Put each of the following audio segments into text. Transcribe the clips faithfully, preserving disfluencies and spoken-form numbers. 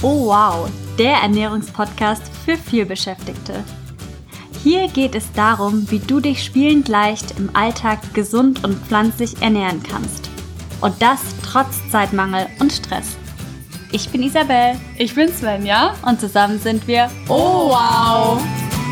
Oh wow, der Ernährungspodcast für Vielbeschäftigte. Hier geht es darum, wie du dich spielend leicht im Alltag gesund und pflanzlich ernähren kannst. Und das trotz Zeitmangel und Stress. Ich bin Isabel. Ich bin Svenja. Und zusammen sind wir Oh wow!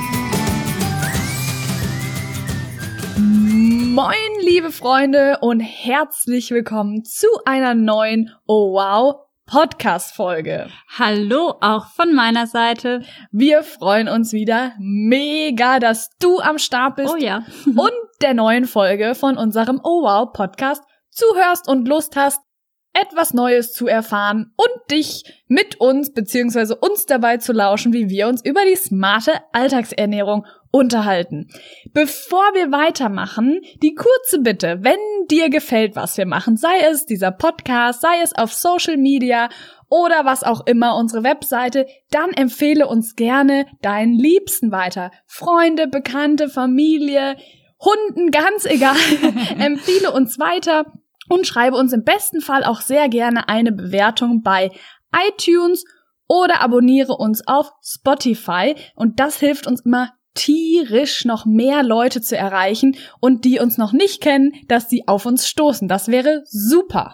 Moin, liebe Freunde, und herzlich willkommen zu einer neuen Oh wow Podcast-Folge. Hallo auch von meiner Seite. Wir freuen uns wieder mega, dass du am Start bist Oh ja. und der neuen Folge von unserem Oh wow Podcast zuhörst und Lust hast, etwas Neues zu erfahren und dich mit uns bzw. uns dabei zu lauschen, wie wir uns über die smarte Alltagsernährung unterhalten. Bevor wir weitermachen, die kurze Bitte, wenn dir gefällt, was wir machen, sei es dieser Podcast, sei es auf Social Media oder was auch immer, unsere Webseite, dann empfehle uns gerne deinen Liebsten weiter. Freunde, Bekannte, Familie, Hunden, ganz egal, empfehle uns weiter und schreibe uns im besten Fall auch sehr gerne eine Bewertung bei iTunes oder abonniere uns auf Spotify, und das hilft uns immer tierisch, noch mehr Leute zu erreichen und die uns noch nicht kennen, dass sie auf uns stoßen. Das wäre super.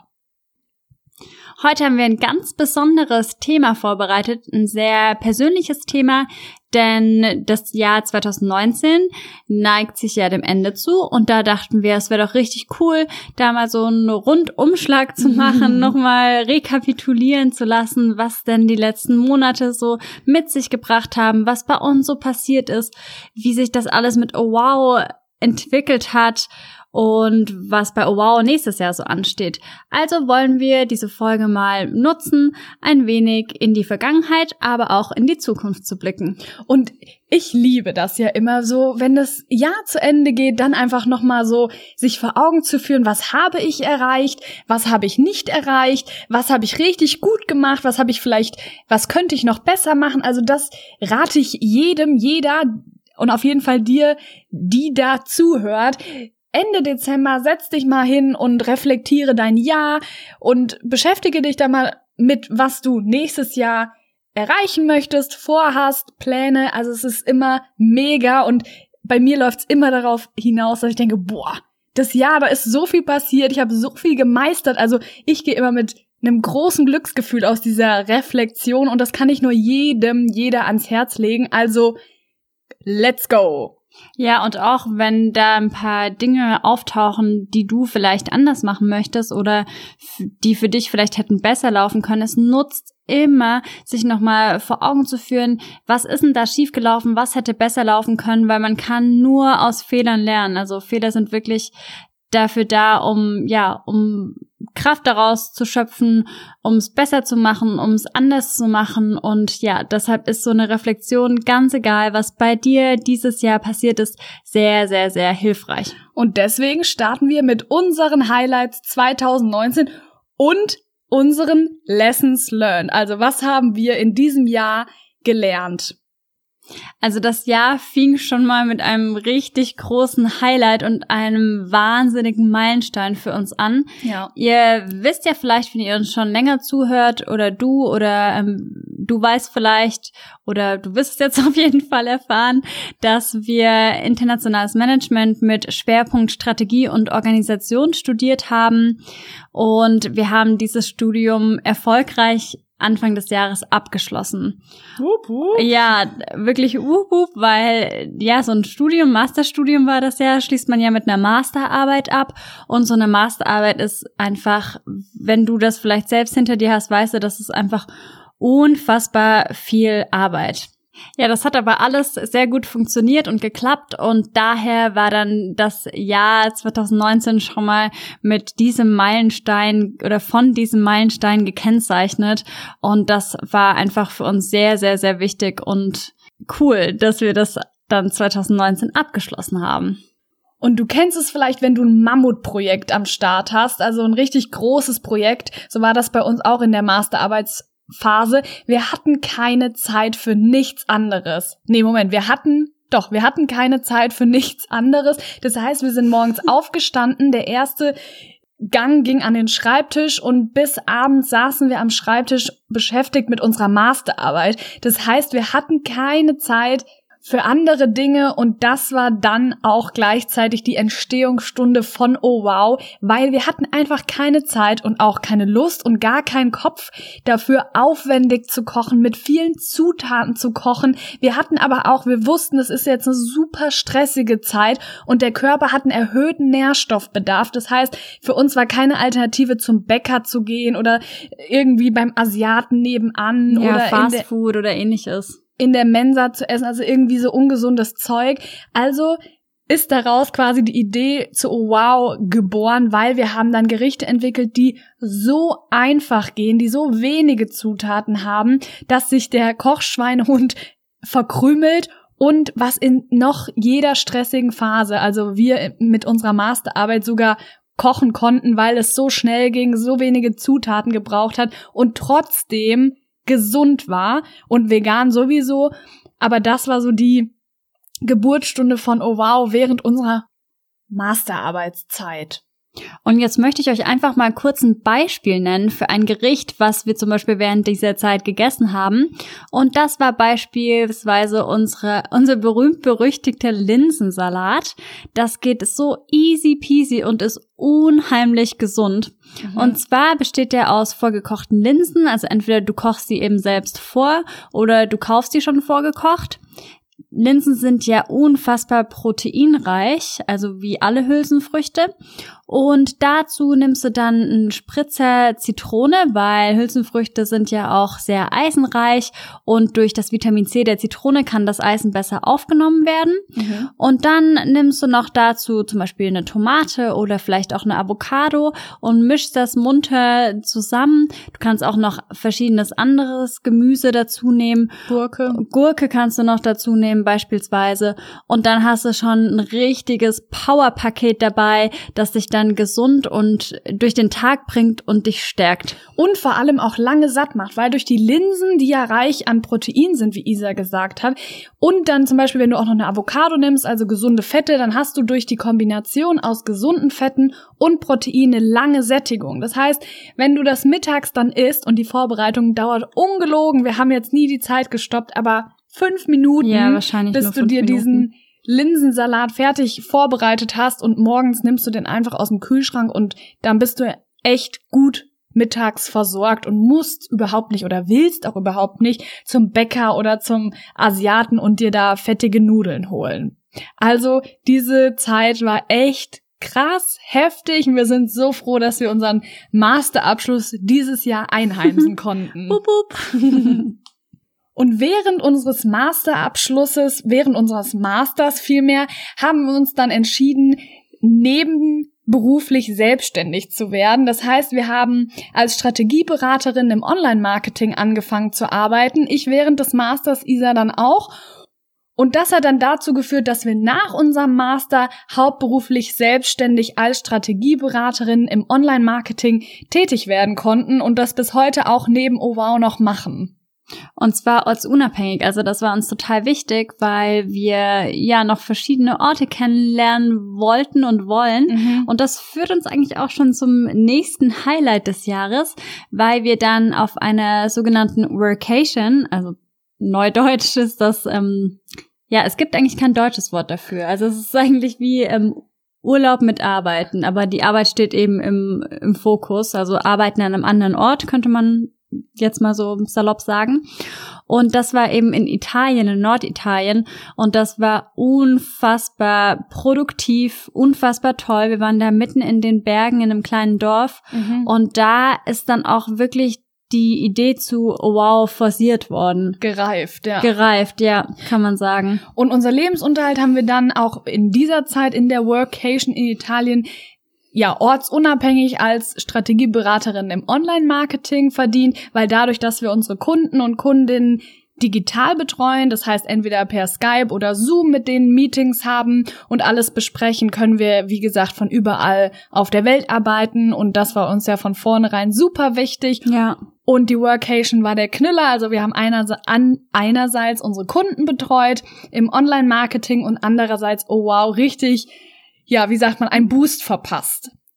Heute haben wir ein ganz besonderes Thema vorbereitet, ein sehr persönliches Thema, denn das Jahr zwanzig neunzehn neigt sich ja dem Ende zu und da dachten wir, es wäre doch richtig cool, da mal so einen Rundumschlag zu machen, nochmal rekapitulieren zu lassen, was denn die letzten Monate so mit sich gebracht haben, was bei uns so passiert ist, wie sich das alles mit Oh wow entwickelt hat und was bei Oh wow nächstes Jahr so ansteht. Also wollen wir diese Folge mal nutzen, ein wenig in die Vergangenheit, aber auch in die Zukunft zu blicken. Und ich liebe das ja immer so, wenn das Jahr zu Ende geht, dann einfach nochmal so sich vor Augen zu führen, was habe ich erreicht, was habe ich nicht erreicht, was habe ich richtig gut gemacht, was habe ich vielleicht, was könnte ich noch besser machen. Also das rate ich jedem, jeder und auf jeden Fall dir, die da zuhört. Ende Dezember setz dich mal hin und reflektiere dein Jahr und beschäftige dich da mal mit, was du nächstes Jahr erreichen möchtest, vorhast, Pläne. Also es ist immer mega und bei mir läuft's immer darauf hinaus, dass ich denke, boah, das Jahr, da ist so viel passiert, ich habe so viel gemeistert. Also ich gehe immer mit einem großen Glücksgefühl aus dieser Reflexion und das kann ich nur jedem, jeder ans Herz legen. Also let's go! Ja, und auch wenn da ein paar Dinge auftauchen, die du vielleicht anders machen möchtest oder f- die für dich vielleicht hätten besser laufen können, es nutzt immer, sich nochmal vor Augen zu führen, was ist denn da schiefgelaufen, was hätte besser laufen können, weil man kann nur aus Fehlern lernen. Also Fehler sind wirklich dafür da, um ja, um Kraft daraus zu schöpfen, um es besser zu machen, um es anders zu machen. Und ja, deshalb ist so eine Reflexion, ganz egal, was bei dir dieses Jahr passiert ist, sehr, sehr, sehr hilfreich. Und deswegen starten wir mit unseren Highlights zwanzig neunzehn und unseren Lessons learned. Also was haben wir in diesem Jahr gelernt? Also das Jahr fing schon mal mit einem richtig großen Highlight und einem wahnsinnigen Meilenstein für uns an. Ja. Ihr wisst ja vielleicht, wenn ihr uns schon länger zuhört oder du oder ähm, du weißt vielleicht oder du wirst es jetzt auf jeden Fall erfahren, dass wir internationales Management mit Schwerpunkt Strategie und Organisation studiert haben und wir haben dieses Studium erfolgreich Anfang des Jahres abgeschlossen. Wup, wup. Ja, wirklich wup, wup, weil ja, so ein Studium, Masterstudium war das ja, schließt man ja mit einer Masterarbeit ab und so eine Masterarbeit ist einfach, wenn du das vielleicht selbst hinter dir hast, weißt du, das ist einfach unfassbar viel Arbeit. Ja, das hat aber alles sehr gut funktioniert und geklappt und daher war dann das Jahr zwanzig neunzehn schon mal mit diesem Meilenstein oder von diesem Meilenstein gekennzeichnet und das war einfach für uns sehr, sehr, sehr wichtig und cool, dass wir das dann zwanzig neunzehn abgeschlossen haben. Und du kennst es vielleicht, wenn du ein Mammutprojekt am Start hast, also ein richtig großes Projekt, so war das bei uns auch in der Masterarbeits Phase. Wir hatten keine Zeit für nichts anderes. Nee, Moment, wir hatten, doch, wir hatten keine Zeit für nichts anderes. Das heißt, wir sind morgens aufgestanden. Der erste Gang ging an den Schreibtisch und bis abends saßen wir am Schreibtisch beschäftigt mit unserer Masterarbeit. Das heißt, wir hatten keine Zeit für andere Dinge und das war dann auch gleichzeitig die Entstehungsstunde von Oh Wow, weil wir hatten einfach keine Zeit und auch keine Lust und gar keinen Kopf dafür, aufwendig zu kochen, mit vielen Zutaten zu kochen. Wir hatten aber auch, wir wussten, es ist jetzt eine super stressige Zeit und der Körper hat einen erhöhten Nährstoffbedarf. Das heißt, für uns war keine Alternative, zum Bäcker zu gehen oder irgendwie beim Asiaten nebenan ja, oder Fast Food oder ähnliches. In der Mensa zu essen, also irgendwie so ungesundes Zeug. Also ist daraus quasi die Idee zu Oh Wow geboren, weil wir haben dann Gerichte entwickelt, die so einfach gehen, die so wenige Zutaten haben, dass sich der Kochschweinehund verkrümelt und was in noch jeder stressigen Phase, also wir mit unserer Masterarbeit sogar kochen konnten, weil es so schnell ging, so wenige Zutaten gebraucht hat und trotzdem gesund war und vegan sowieso, aber das war so die Geburtsstunde von Oh Wow während unserer Masterarbeitszeit. Und jetzt möchte ich euch einfach mal kurz ein Beispiel nennen für ein Gericht, was wir zum Beispiel während dieser Zeit gegessen haben. Und das war beispielsweise unsere, unser berühmt-berüchtigter Linsensalat. Das geht so easy peasy und ist unheimlich gesund. Mhm. Und zwar besteht der aus vorgekochten Linsen. Also entweder du kochst sie eben selbst vor oder du kaufst sie schon vorgekocht. Linsen sind ja unfassbar proteinreich, also wie alle Hülsenfrüchte. Und dazu nimmst du dann einen Spritzer Zitrone, weil Hülsenfrüchte sind ja auch sehr eisenreich und durch das Vitamin C der Zitrone kann das Eisen besser aufgenommen werden. Mhm. Und dann nimmst du noch dazu zum Beispiel eine Tomate oder vielleicht auch eine Avocado und mischst das munter zusammen. Du kannst auch noch verschiedenes anderes Gemüse dazu nehmen. Gurke. Gurke kannst du noch dazu nehmen beispielsweise. Und dann hast du schon ein richtiges Powerpaket dabei, das dich dann gesund und durch den Tag bringt und dich stärkt. Und vor allem auch lange satt macht, weil durch die Linsen, die ja reich an Protein sind, wie Isa gesagt hat, und dann zum Beispiel, wenn du auch noch eine Avocado nimmst, also gesunde Fette, dann hast du durch die Kombination aus gesunden Fetten und Protein eine lange Sättigung. Das heißt, wenn du das mittags dann isst und die Vorbereitung dauert ungelogen, wir haben jetzt nie die Zeit gestoppt, aber fünf Minuten, ja, wahrscheinlich bis nur du fünf dir Minuten. diesen Linsensalat fertig vorbereitet hast und morgens nimmst du den einfach aus dem Kühlschrank und dann bist du echt gut mittags versorgt und musst überhaupt nicht oder willst auch überhaupt nicht zum Bäcker oder zum Asiaten und dir da fettige Nudeln holen. Also diese Zeit war echt krass heftig und wir sind so froh, dass wir unseren Masterabschluss dieses Jahr einheimsen konnten. Wupp, wupp. Und während unseres Masterabschlusses, während unseres Masters vielmehr, haben wir uns dann entschieden, nebenberuflich selbstständig zu werden. Das heißt, wir haben als Strategieberaterin im Online-Marketing angefangen zu arbeiten. Ich während des Masters, Isa dann auch. Und das hat dann dazu geführt, dass wir nach unserem Master hauptberuflich selbstständig als Strategieberaterin im Online-Marketing tätig werden konnten und das bis heute auch neben Oh Wow noch machen. Und zwar ortsunabhängig. Also das war uns total wichtig, weil wir ja noch verschiedene Orte kennenlernen wollten und wollen. Mhm. Und das führt uns eigentlich auch schon zum nächsten Highlight des Jahres, weil wir dann auf einer sogenannten Workation, also Neudeutsch ist das, ähm, ja, es gibt eigentlich kein deutsches Wort dafür. Also es ist eigentlich wie ähm, Urlaub mit Arbeiten, aber die Arbeit steht eben im, im Fokus. Also Arbeiten an einem anderen Ort, könnte man jetzt mal so salopp sagen. Und das war eben in Italien, in Norditalien. Und das war unfassbar produktiv, unfassbar toll. Wir waren da mitten in den Bergen in einem kleinen Dorf. Mhm. Und da ist dann auch wirklich die Idee zu Oh Wow forciert worden. Gereift, ja. Gereift, ja, kann man sagen. Und unser Lebensunterhalt haben wir dann auch in dieser Zeit in der Workation in Italien ja, ortsunabhängig als Strategieberaterin im Online-Marketing verdient, weil dadurch, dass wir unsere Kunden und Kundinnen digital betreuen, das heißt entweder per Skype oder Zoom mit denen Meetings haben und alles besprechen, können wir, wie gesagt, von überall auf der Welt arbeiten und das war uns ja von vornherein super wichtig. Ja. Und die Workation war der Knüller, also wir haben einerseits, an, einerseits unsere Kunden betreut im Online-Marketing und andererseits, oh wow, richtig, ja, wie sagt man, ein Boost verpasst.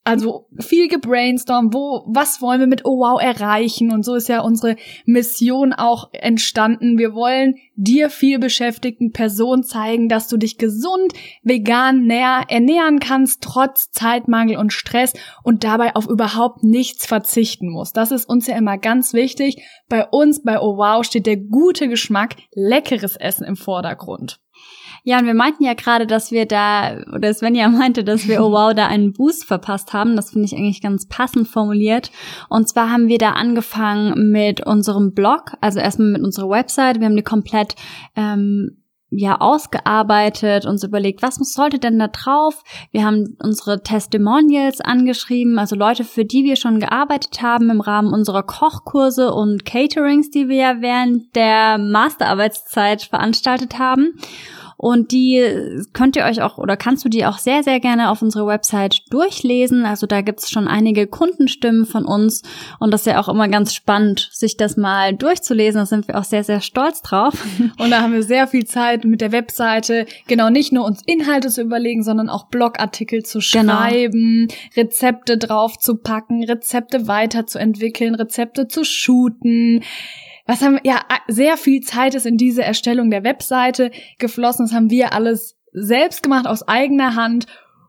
Also viel gebrainstormt, wo, was wollen wir mit Oh Wow erreichen? Und so ist ja unsere Mission auch entstanden. Wir wollen dir viel beschäftigten Personen zeigen, dass du dich gesund, vegan näher ernähren kannst, trotz Zeitmangel und Stress und dabei auf überhaupt nichts verzichten musst. Das ist uns ja immer ganz wichtig. Bei uns, bei Oh Wow, steht der gute Geschmack, leckeres Essen im Vordergrund. Ja, und wir meinten ja gerade, dass wir da, oder Svenja meinte, dass wir Oh Wow da einen Boost verpasst haben. Das finde ich eigentlich ganz passend formuliert. Und zwar haben wir da angefangen mit unserem Blog, also erstmal mit unserer Website. Wir haben die komplett ähm, ja ausgearbeitet, uns überlegt, was sollte denn da drauf? Wir haben unsere Testimonials angeschrieben, also Leute, für die wir schon gearbeitet haben im Rahmen unserer Kochkurse und Caterings, die wir ja während der Masterarbeitszeit veranstaltet haben. Und die könnt ihr euch auch, oder kannst du die auch sehr, sehr gerne auf unserer Website durchlesen. Also da gibt's schon einige Kundenstimmen von uns. Und das ist ja auch immer ganz spannend, sich das mal durchzulesen. Da sind wir auch sehr, sehr stolz drauf. Und da haben wir sehr viel Zeit mit der Webseite, genau, nicht nur uns Inhalte zu überlegen, sondern auch Blogartikel zu schreiben, genau. Rezepte draufzupacken, Rezepte weiterzuentwickeln, Rezepte zu shooten. Was haben, ja, sehr viel Zeit ist in diese Erstellung der Webseite geflossen. Das haben wir alles selbst gemacht, aus eigener Hand.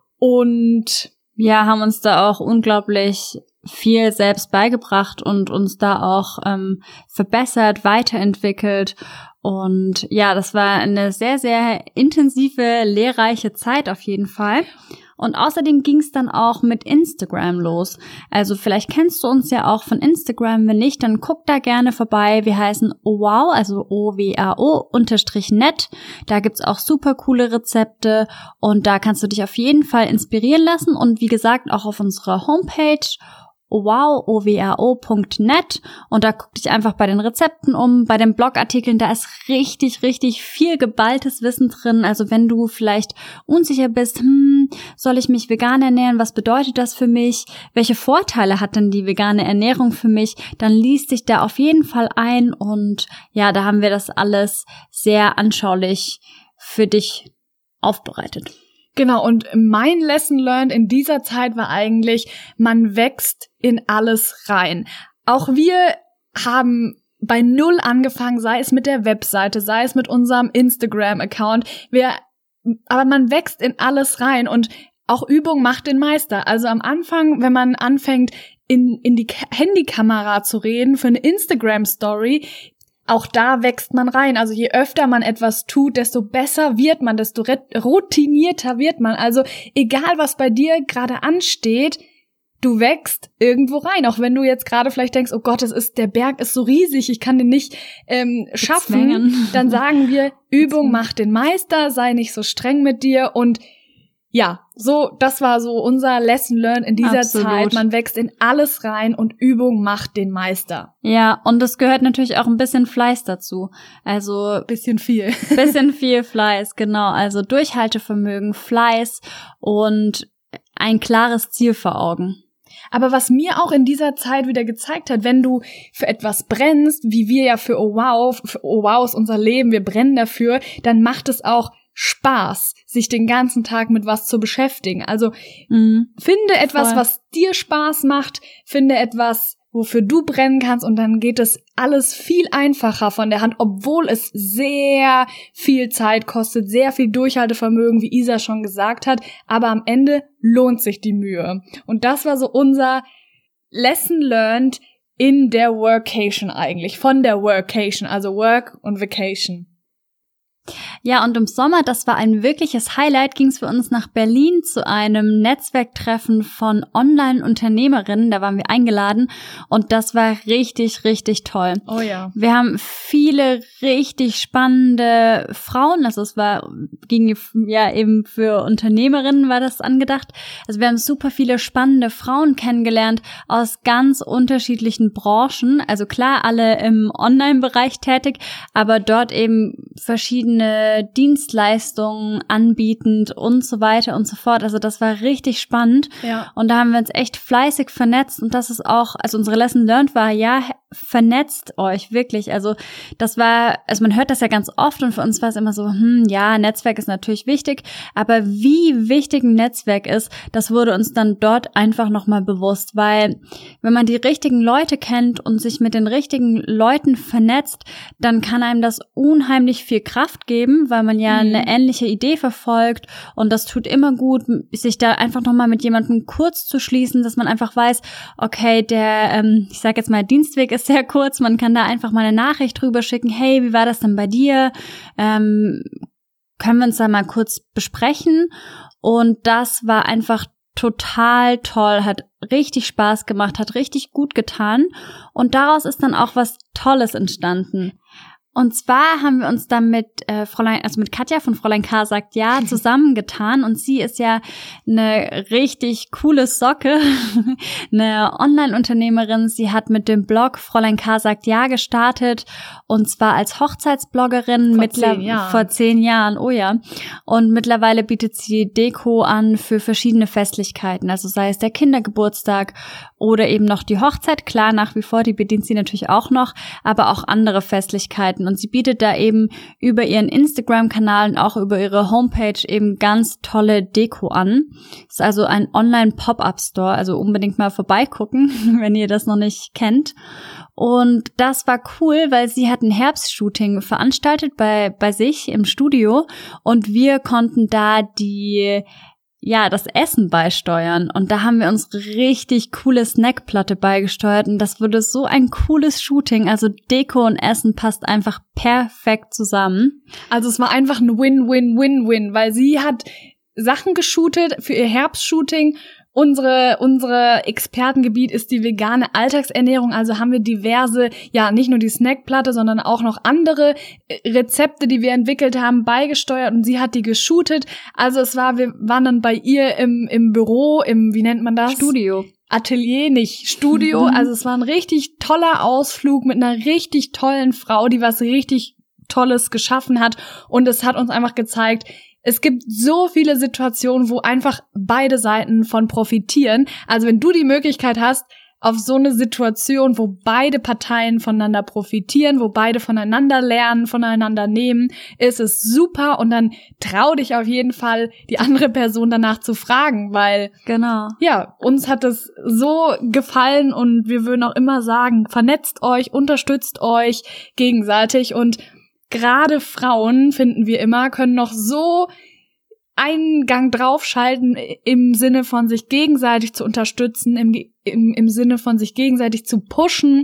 Und ja, haben uns da auch unglaublich viel selbst beigebracht und uns da auch ähm, verbessert, weiterentwickelt. Und ja, das war eine sehr, sehr intensive, lehrreiche Zeit auf jeden Fall. Und außerdem ging es dann auch mit Instagram los. Also vielleicht kennst du uns ja auch von Instagram. Wenn nicht, dann guck da gerne vorbei. Wir heißen Oh Wow, also O W A O unterstrich net. Da gibt's auch super coole Rezepte und da kannst du dich auf jeden Fall inspirieren lassen. Und wie gesagt, auch auf unserer Homepage Wow, O W A O Punkt net, und da guck dich einfach bei den Rezepten um, bei den Blogartikeln, da ist richtig, richtig viel geballtes Wissen drin. Also wenn du vielleicht unsicher bist, hm, soll ich mich vegan ernähren, was bedeutet das für mich, welche Vorteile hat denn die vegane Ernährung für mich, dann liest dich da auf jeden Fall ein und ja, da haben wir das alles sehr anschaulich für dich aufbereitet. Genau, und mein Lesson learned in dieser Zeit war eigentlich, man wächst in alles rein. Auch wir haben bei Null angefangen, sei es mit der Webseite, sei es mit unserem Instagram-Account. Wir, aber man wächst in alles rein und auch Übung macht den Meister. Also am Anfang, wenn man anfängt, in, in die Handykamera zu reden für eine Instagram-Story, auch da wächst man rein. Also je öfter man etwas tut, desto besser wird man, desto routinierter wird man. Also egal, was bei dir gerade ansteht, du wächst irgendwo rein. Auch wenn du jetzt gerade vielleicht denkst, oh Gott, es ist, der Berg ist so riesig, ich kann den nicht ähm, schaffen. Dann sagen wir, Übung macht den Meister, sei nicht so streng mit dir. Und ja, so, das war so unser Lesson learned in dieser Absolut. Zeit. Man wächst in alles rein und Übung macht den Meister. Ja, und es gehört natürlich auch ein bisschen Fleiß dazu. Also bisschen viel. Bisschen viel Fleiß, genau. Also Durchhaltevermögen, Fleiß und ein klares Ziel vor Augen. Aber was mir auch in dieser Zeit wieder gezeigt hat, wenn du für etwas brennst, wie wir ja für Oh Wow, für Oh Wow ist unser Leben, wir brennen dafür, dann macht es auch Spaß, sich den ganzen Tag mit was zu beschäftigen. Also mhm. finde etwas, Voll. was dir Spaß macht, finde etwas, wofür du brennen kannst, und dann geht es alles viel einfacher von der Hand, obwohl es sehr viel Zeit kostet, sehr viel Durchhaltevermögen, wie Isa schon gesagt hat, aber am Ende lohnt sich die Mühe. Und das war so unser Lesson learned in der Workation eigentlich, von der Workation, also Work und Vacation. Ja, und im Sommer, das war ein wirkliches Highlight, ging es für uns nach Berlin zu einem Netzwerktreffen von Online-Unternehmerinnen. Da waren wir eingeladen und das war richtig, richtig toll. Oh ja. Wir haben viele richtig spannende Frauen, also es war, ging ja eben für Unternehmerinnen war das angedacht. Also wir haben super viele spannende Frauen kennengelernt aus ganz unterschiedlichen Branchen. Also klar, alle im Online-Bereich tätig, aber dort eben verschiedene Dienstleistungen anbietend und so weiter und so fort. Also das war richtig spannend. Ja. Und da haben wir uns echt fleißig vernetzt und das ist auch, also unsere Lesson learned war, ja, vernetzt euch wirklich. Also das war, also man hört das ja ganz oft und für uns war es immer so, hm, ja, Netzwerk ist natürlich wichtig, aber wie wichtig ein Netzwerk ist, das wurde uns dann dort einfach nochmal bewusst, weil wenn man die richtigen Leute kennt und sich mit den richtigen Leuten vernetzt, dann kann einem das unheimlich viel Kraft geben, weil man ja mhm. eine ähnliche Idee verfolgt und das tut immer gut, sich da einfach nochmal mit jemandem kurz zu schließen, dass man einfach weiß, okay, der, ähm, ich sag jetzt mal, Dienstweg ist sehr kurz, man kann da einfach mal eine Nachricht drüber schicken, hey, wie war das denn bei dir? Ähm, können wir uns da mal kurz besprechen? Und das war einfach total toll, hat richtig Spaß gemacht, hat richtig gut getan und daraus ist dann auch was Tolles entstanden. Und zwar haben wir uns dann mit äh, Fräulein, also mit Katja von Fräulein K. sagt ja zusammengetan und sie ist ja eine richtig coole Socke, eine Online-Unternehmerin. Sie hat mit dem Blog Fräulein K. sagt ja gestartet und zwar als Hochzeitsbloggerin vor, mittler- zehn Jahren. vor zehn Jahren. Oh ja. Und mittlerweile bietet sie Deko an für verschiedene Festlichkeiten, also sei es der Kindergeburtstag oder eben noch die Hochzeit. Klar, nach wie vor, die bedient sie natürlich auch noch, aber auch andere Festlichkeiten. Und sie bietet da eben über ihren Instagram-Kanal und auch über ihre Homepage eben ganz tolle Deko an. Ist also ein Online-Pop-Up-Store, also unbedingt mal vorbeigucken, wenn ihr das noch nicht kennt. Und das war cool, weil sie hat ein Herbstshooting veranstaltet bei bei sich im Studio und wir konnten da die ja, das Essen beisteuern. Und da haben wir uns richtig coole Snackplatte beigesteuert. Und das wurde so ein cooles Shooting. Also Deko und Essen passt einfach perfekt zusammen. Also es war einfach ein Win-Win-Win-Win, weil sie hat Sachen geshootet für ihr Herbstshooting. Unsere, unsere Expertengebiet ist die vegane Alltagsernährung, also haben wir diverse, ja, nicht nur die Snackplatte, sondern auch noch andere Rezepte, die wir entwickelt haben, beigesteuert und sie hat die geshootet. Also es war, wir waren dann bei ihr im, im Büro, im, wie nennt man das? Studio. Atelier, nicht Studio. Mhm. Also es war ein richtig toller Ausflug mit einer richtig tollen Frau, die was richtig Tolles geschaffen hat und es hat uns einfach gezeigt, es gibt so viele Situationen, wo einfach beide Seiten von profitieren. Also wenn du die Möglichkeit hast, auf so eine Situation, wo beide Parteien voneinander profitieren, wo beide voneinander lernen, voneinander nehmen, ist es super und dann trau dich auf jeden Fall, die andere Person danach zu fragen, weil genau. Ja, uns hat es so gefallen und wir würden auch immer sagen, vernetzt euch, unterstützt euch gegenseitig und gerade Frauen, finden wir immer, können noch so einen Gang draufschalten im Sinne von sich gegenseitig zu unterstützen, im, im, im Sinne von sich gegenseitig zu pushen.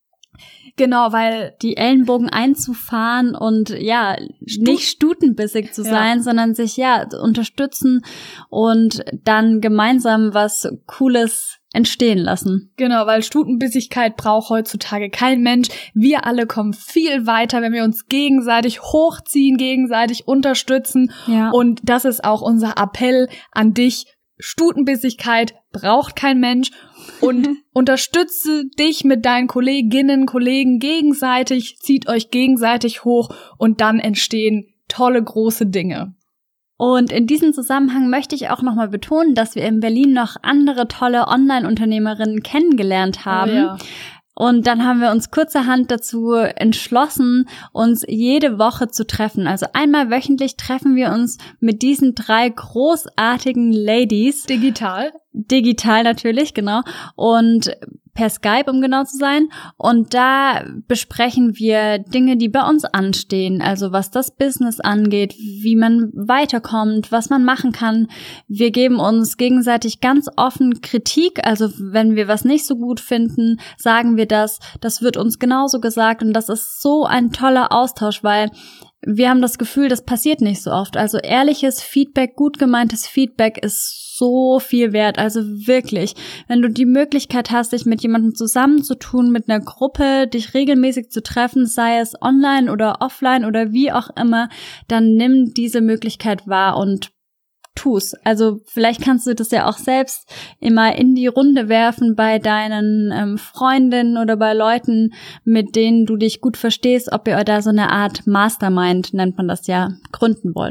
Genau, weil die Ellenbogen einzufahren und ja, Stu- nicht stutenbissig zu sein, ja. sondern sich ja unterstützen und dann gemeinsam was Cooles entstehen lassen. Genau, weil Stutenbissigkeit braucht heutzutage kein Mensch. Wir alle kommen viel weiter, wenn wir uns gegenseitig hochziehen, gegenseitig unterstützen. Ja. Und das ist auch unser Appell an dich. Stutenbissigkeit braucht kein Mensch. Und unterstütze dich mit deinen Kolleginnen, Kollegen gegenseitig, zieht euch gegenseitig hoch und dann entstehen tolle, große Dinge. Und in diesem Zusammenhang möchte ich auch nochmal betonen, dass wir in Berlin noch andere tolle Online-Unternehmerinnen kennengelernt haben. Oh ja. Und dann haben wir uns kurzerhand dazu entschlossen, uns jede Woche zu treffen. Also einmal wöchentlich treffen wir uns mit diesen drei großartigen Ladies. Digital. Digital natürlich, genau. Und per Skype, um genau zu sein. Und da besprechen wir Dinge, die bei uns anstehen. Also was das Business angeht, wie man weiterkommt, was man machen kann. Wir geben uns gegenseitig ganz offen Kritik. Also wenn wir was nicht so gut finden, sagen wir das. Das wird uns genauso gesagt. Und das ist so ein toller Austausch, weil wir haben das Gefühl, das passiert nicht so oft. Also ehrliches Feedback, gut gemeintes Feedback ist so viel wert. Also wirklich, wenn du die Möglichkeit hast, dich mit jemandem zusammenzutun, mit einer Gruppe, dich regelmäßig zu treffen, sei es online oder offline oder wie auch immer, dann nimm diese Möglichkeit wahr und tu's. Also vielleicht kannst du das ja auch selbst immer in die Runde werfen bei deinen ähm, Freundinnen oder bei Leuten, mit denen du dich gut verstehst, ob ihr da so eine Art Mastermind, nennt man das ja, gründen wollt.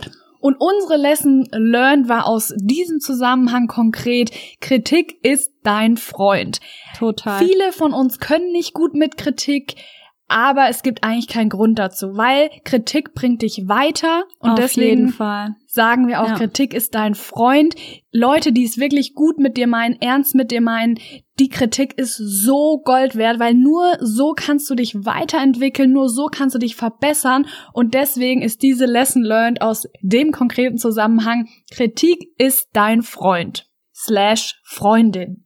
Und unsere Lesson learned war aus diesem Zusammenhang konkret: Kritik ist dein Freund. Total. Viele von uns können nicht gut mit Kritik, aber es gibt eigentlich keinen Grund dazu, weil Kritik bringt dich weiter und Auf deswegen jeden Fall. sagen wir auch, Ja. Kritik ist dein Freund. Leute, die es wirklich gut mit dir meinen, ernst mit dir meinen, die Kritik ist so Gold wert, weil nur so kannst du dich weiterentwickeln, nur so kannst du dich verbessern und deswegen ist diese Lesson learned aus dem konkreten Zusammenhang: Kritik ist dein Freund slash Freundin.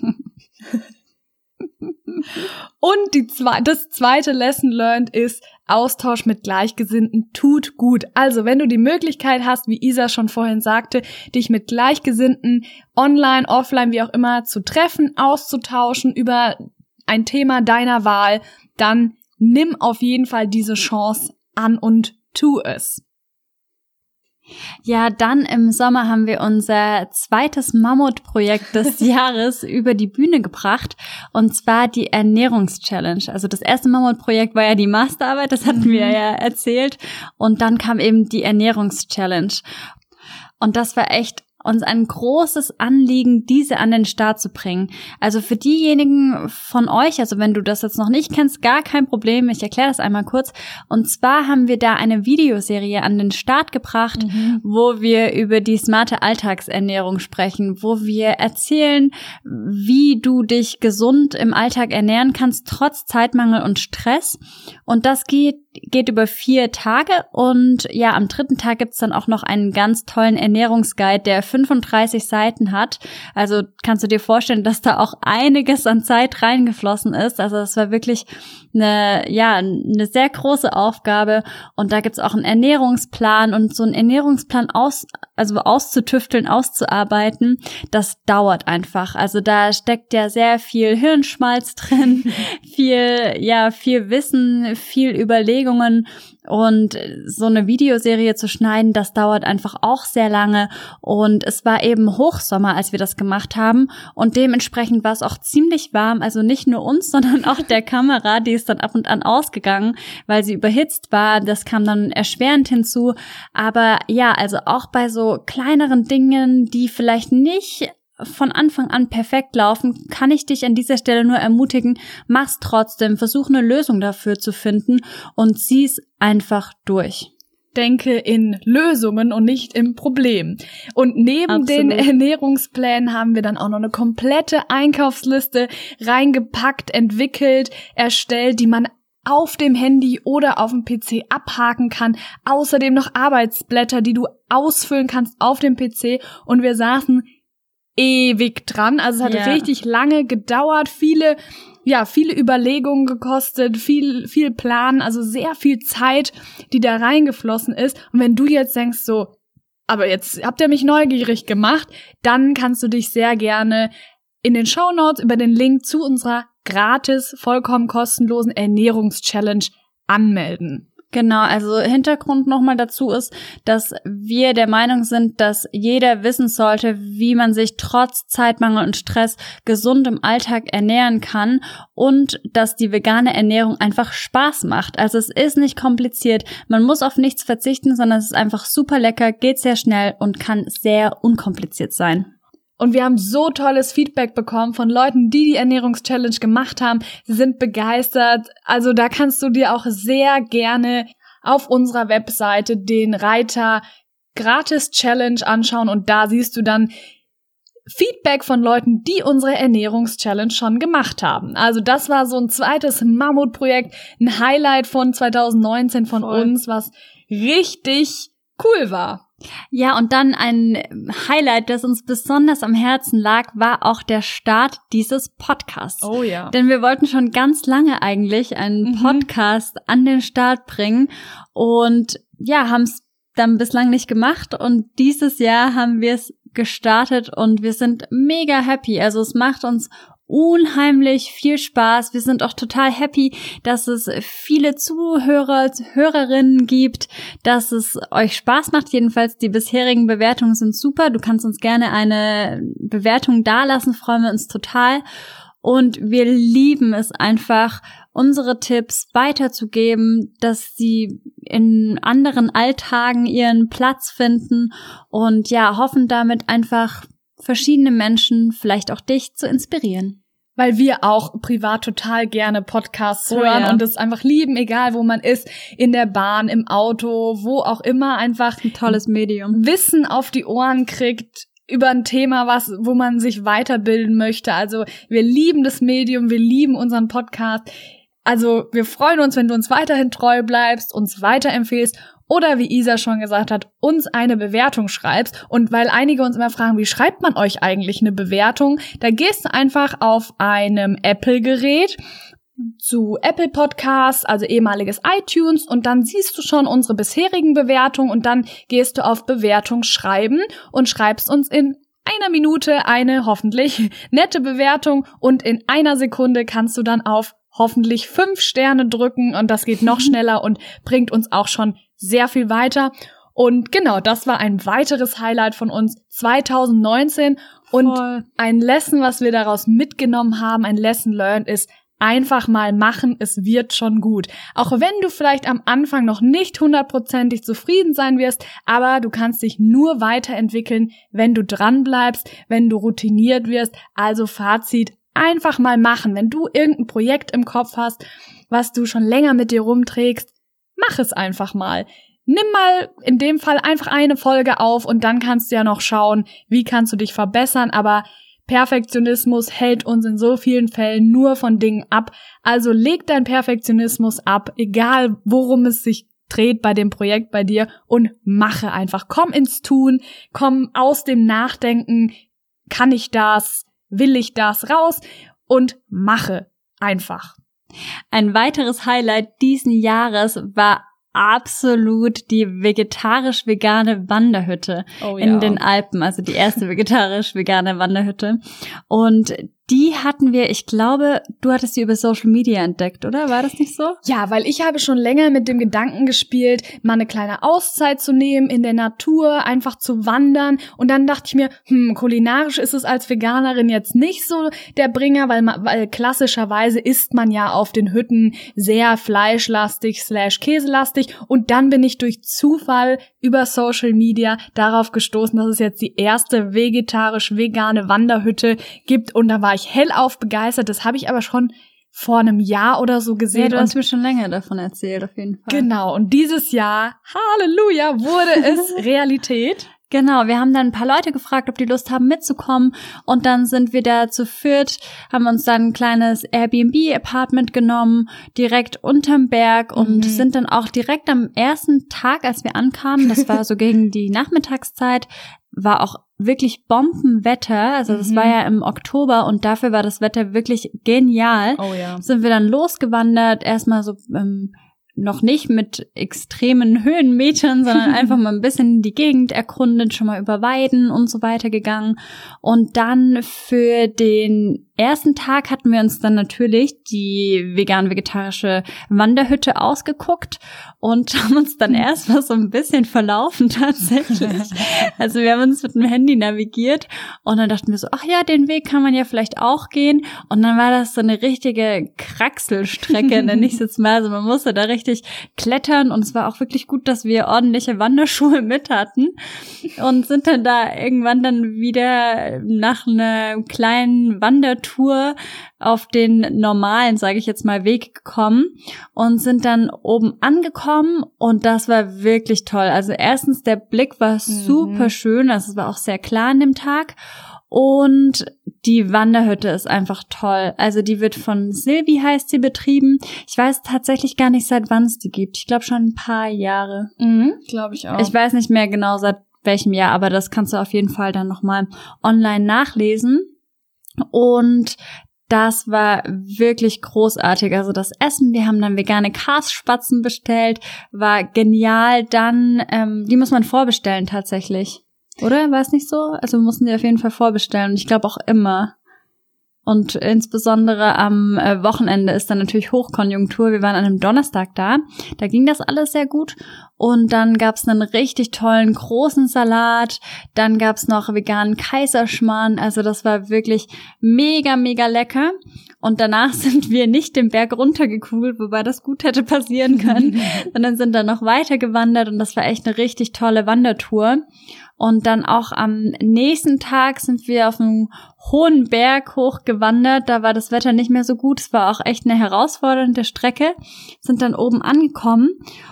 Und die zwe- das zweite Lesson learned ist: Austausch mit Gleichgesinnten tut gut. Also wenn du die Möglichkeit hast, wie Isa schon vorhin sagte, dich mit Gleichgesinnten online, offline, wie auch immer zu treffen, auszutauschen über ein Thema deiner Wahl, dann nimm auf jeden Fall diese Chance an und tu es. Ja, dann im Sommer haben wir unser zweites Mammutprojekt des Jahres über die Bühne gebracht, und zwar die Ernährungschallenge. Also das erste Mammutprojekt war ja die Masterarbeit, das hatten wir ja erzählt, und dann kam eben die Ernährungschallenge. Und das war echt uns ein großes Anliegen, diese an den Start zu bringen. Also für diejenigen von euch, also wenn du das jetzt noch nicht kennst, gar kein Problem, ich erkläre das einmal kurz. Und zwar haben wir da eine Videoserie an den Start gebracht, mhm. wo wir über die smarte Alltagsernährung sprechen, wo wir erzählen, wie du dich gesund im Alltag ernähren kannst, trotz Zeitmangel und Stress. Und das geht geht über vier Tage, und ja, am dritten Tag gibt's dann auch noch einen ganz tollen Ernährungsguide, der fünfunddreißig Seiten hat. Also kannst du dir vorstellen, dass da auch einiges an Zeit reingeflossen ist. Also das war wirklich eine, ja, eine sehr große Aufgabe, und da gibt's auch einen Ernährungsplan, und so einen Ernährungsplan aus, also auszutüfteln, auszuarbeiten, das dauert einfach. Also da steckt ja sehr viel Hirnschmalz drin, viel, ja, viel Wissen, viel Überlegung. Und so eine Videoserie zu schneiden, das dauert einfach auch sehr lange, und es war eben Hochsommer, als wir das gemacht haben, und dementsprechend war es auch ziemlich warm, also nicht nur uns, sondern auch der Kamera, die ist dann ab und an ausgegangen, weil sie überhitzt war, das kam dann erschwerend hinzu, aber ja, also auch bei so kleineren Dingen, die vielleicht nicht von Anfang an perfekt laufen, kann ich dich an dieser Stelle nur ermutigen, mach's trotzdem, versuch eine Lösung dafür zu finden und zieh's einfach durch. Denke in Lösungen und nicht im Problem. Und neben Absolut. den Ernährungsplänen haben wir dann auch noch eine komplette Einkaufsliste reingepackt, entwickelt, erstellt, die man auf dem Handy oder auf dem P C abhaken kann. Außerdem noch Arbeitsblätter, die du ausfüllen kannst auf dem P C. Und wir saßen ewig dran. Also es hat ja. richtig lange gedauert, viele, ja, viele Überlegungen gekostet, viel, viel Planen, also sehr viel Zeit, die da reingeflossen ist. Und wenn du jetzt denkst so, aber jetzt habt ihr mich neugierig gemacht, dann kannst du dich sehr gerne in den Shownotes über den Link zu unserer gratis, vollkommen kostenlosen Ernährungschallenge anmelden. Genau, also Hintergrund nochmal dazu ist, dass wir der Meinung sind, dass jeder wissen sollte, wie man sich trotz Zeitmangel und Stress gesund im Alltag ernähren kann, und dass die vegane Ernährung einfach Spaß macht. Also es ist nicht kompliziert, man muss auf nichts verzichten, sondern es ist einfach super lecker, geht sehr schnell und kann sehr unkompliziert sein. Und wir haben so tolles Feedback bekommen von Leuten, die die Ernährungschallenge gemacht haben. Sie sind begeistert. Also da kannst du dir auch sehr gerne auf unserer Webseite den Reiter Gratis Challenge anschauen. Und da siehst du dann Feedback von Leuten, die unsere Ernährungschallenge schon gemacht haben. Also das war so ein zweites Mammutprojekt, ein Highlight von zwanzig neunzehn von Voll. uns, was richtig cool war. Ja, und dann ein Highlight, das uns besonders am Herzen lag, war auch der Start dieses Podcasts. Oh ja. Denn wir wollten schon ganz lange eigentlich einen mhm. Podcast an den Start bringen und ja, haben es dann bislang nicht gemacht, und dieses Jahr haben wir es gestartet und wir sind mega happy. Also es macht uns unheimlich viel Spaß. Wir sind auch total happy, dass es viele Zuhörer, Hörerinnen gibt, dass es euch Spaß macht. Jedenfalls die bisherigen Bewertungen sind super. Du kannst uns gerne eine Bewertung dalassen, freuen wir uns total. Und wir lieben es einfach, unsere Tipps weiterzugeben, dass sie in anderen Alltagen ihren Platz finden und ja, hoffen damit einfach verschiedene Menschen, vielleicht auch dich, zu inspirieren. Weil wir auch privat total gerne Podcasts Oh, hören ja. und es einfach lieben, egal wo man ist, in der Bahn, im Auto, wo auch immer, einfach Ein tolles Medium. Wissen auf die Ohren kriegt über ein Thema, was, wo man sich weiterbilden möchte. Also wir lieben das Medium, wir lieben unseren Podcast. Also wir freuen uns, wenn du uns weiterhin treu bleibst, uns weiterempfehlst oder wie Isa schon gesagt hat, uns eine Bewertung schreibst. Und weil einige uns immer fragen, wie schreibt man euch eigentlich eine Bewertung, da gehst du einfach auf einem Apple-Gerät zu Apple Podcasts, also ehemaliges iTunes, und dann siehst du schon unsere bisherigen Bewertungen und dann gehst du auf Bewertung schreiben und schreibst uns in einer Minute eine hoffentlich nette Bewertung und in einer Sekunde kannst du dann auf hoffentlich fünf Sterne drücken und das geht noch schneller und bringt uns auch schon sehr viel weiter. Und genau, das war ein weiteres Highlight von uns zwanzig neunzehn und Voll. ein Lesson, was wir daraus mitgenommen haben, ein Lesson learned ist, einfach mal machen, es wird schon gut. Auch wenn du vielleicht am Anfang noch nicht hundertprozentig zufrieden sein wirst, aber du kannst dich nur weiterentwickeln, wenn du dran bleibst, wenn du routiniert wirst. Also Fazit, einfach mal machen. Wenn du irgendein Projekt im Kopf hast, was du schon länger mit dir rumträgst, mach es einfach mal. Nimm mal in dem Fall einfach eine Folge auf und dann kannst du ja noch schauen, wie kannst du dich verbessern, aber Perfektionismus hält uns in so vielen Fällen nur von Dingen ab. Also leg deinen Perfektionismus ab, egal worum es sich dreht bei dem Projekt bei dir und mache einfach. Komm ins Tun, komm aus dem Nachdenken, kann ich das, will ich das raus und mache einfach. Ein weiteres Highlight diesen Jahres war absolut die vegetarisch-vegane Wanderhütte Oh, in ja. den Alpen, also die erste vegetarisch-vegane Wanderhütte. Und die hatten wir, ich glaube, du hattest die über Social Media entdeckt, oder? War das nicht so? Ja, weil ich habe schon länger mit dem Gedanken gespielt, mal eine kleine Auszeit zu nehmen, in der Natur, einfach zu wandern. Und dann dachte ich mir, hm, kulinarisch ist es als Veganerin jetzt nicht so der Bringer, weil, man, weil klassischerweise isst man ja auf den Hütten sehr fleischlastig slash käselastig. Und dann bin ich durch Zufall über Social Media darauf gestoßen, dass es jetzt die erste vegetarisch-vegane Wanderhütte gibt. Und da war ich hellauf begeistert. Das habe ich aber schon vor einem Jahr oder so gesehen. Ja, du und hast mir schon länger davon erzählt, auf jeden Fall. Genau, und dieses Jahr, Halleluja, wurde es Realität. Genau, wir haben dann ein paar Leute gefragt, ob die Lust haben mitzukommen und dann sind wir da zu viert, haben uns dann ein kleines Airbnb-Apartment genommen, direkt unterm Berg und Mhm. sind dann auch direkt am ersten Tag, als wir ankamen, das war so gegen die Nachmittagszeit, war auch wirklich Bombenwetter, also das Mhm. war ja im Oktober und dafür war das Wetter wirklich genial. Oh ja. Sind wir dann losgewandert, erstmal so ähm, noch nicht mit extremen Höhenmetern, sondern einfach mal ein bisschen die Gegend erkundet, schon mal über Weiden und so weiter gegangen. Und dann für den ersten Tag hatten wir uns dann natürlich die vegan-vegetarische Wanderhütte ausgeguckt und haben uns dann erstmal so ein bisschen verlaufen tatsächlich. Also wir haben uns mit dem Handy navigiert und dann dachten wir so, ach ja, den Weg kann man ja vielleicht auch gehen. Und dann war das so eine richtige Kraxelstrecke, nenne ich es jetzt mal. Also man musste da richtig klettern und es war auch wirklich gut, dass wir ordentliche Wanderschuhe mit hatten und sind dann da irgendwann dann wieder nach einer kleinen Wandertour auf den normalen, sage ich jetzt mal, Weg gekommen und sind dann oben angekommen und das war wirklich toll. Also erstens, der Blick war super schön, also es war auch sehr klar an dem Tag und die Wanderhütte ist einfach toll. Also die wird von Silvi, heißt sie, betrieben. Ich weiß tatsächlich gar nicht, seit wann es die gibt. Ich glaube schon ein paar Jahre. Mhm, glaube ich auch. Ich weiß nicht mehr genau, seit welchem Jahr, aber das kannst du auf jeden Fall dann nochmal online nachlesen. Und das war wirklich großartig. Also das Essen, wir haben dann vegane Karsspatzen bestellt, war genial. Dann, ähm, die muss man vorbestellen tatsächlich. Oder? War es nicht so? Also wir mussten die auf jeden Fall vorbestellen. Und ich glaube auch immer. Und insbesondere am äh, Wochenende ist dann natürlich Hochkonjunktur. Wir waren an einem Donnerstag da. Da ging das alles sehr gut. Und dann gab's einen richtig tollen großen Salat. Dann gab's noch veganen Kaiserschmarrn. Also das war wirklich mega, mega lecker. Und danach sind wir nicht den Berg runtergekugelt, wobei das gut hätte passieren können, sondern sind dann noch weiter gewandert. Und das war echt eine richtig tolle Wandertour. Und dann auch am nächsten Tag sind wir auf einem hohen Berg hochgewandert. Da war das Wetter nicht mehr so gut. Es war auch echt eine herausfordernde Strecke. Sind dann oben angekommen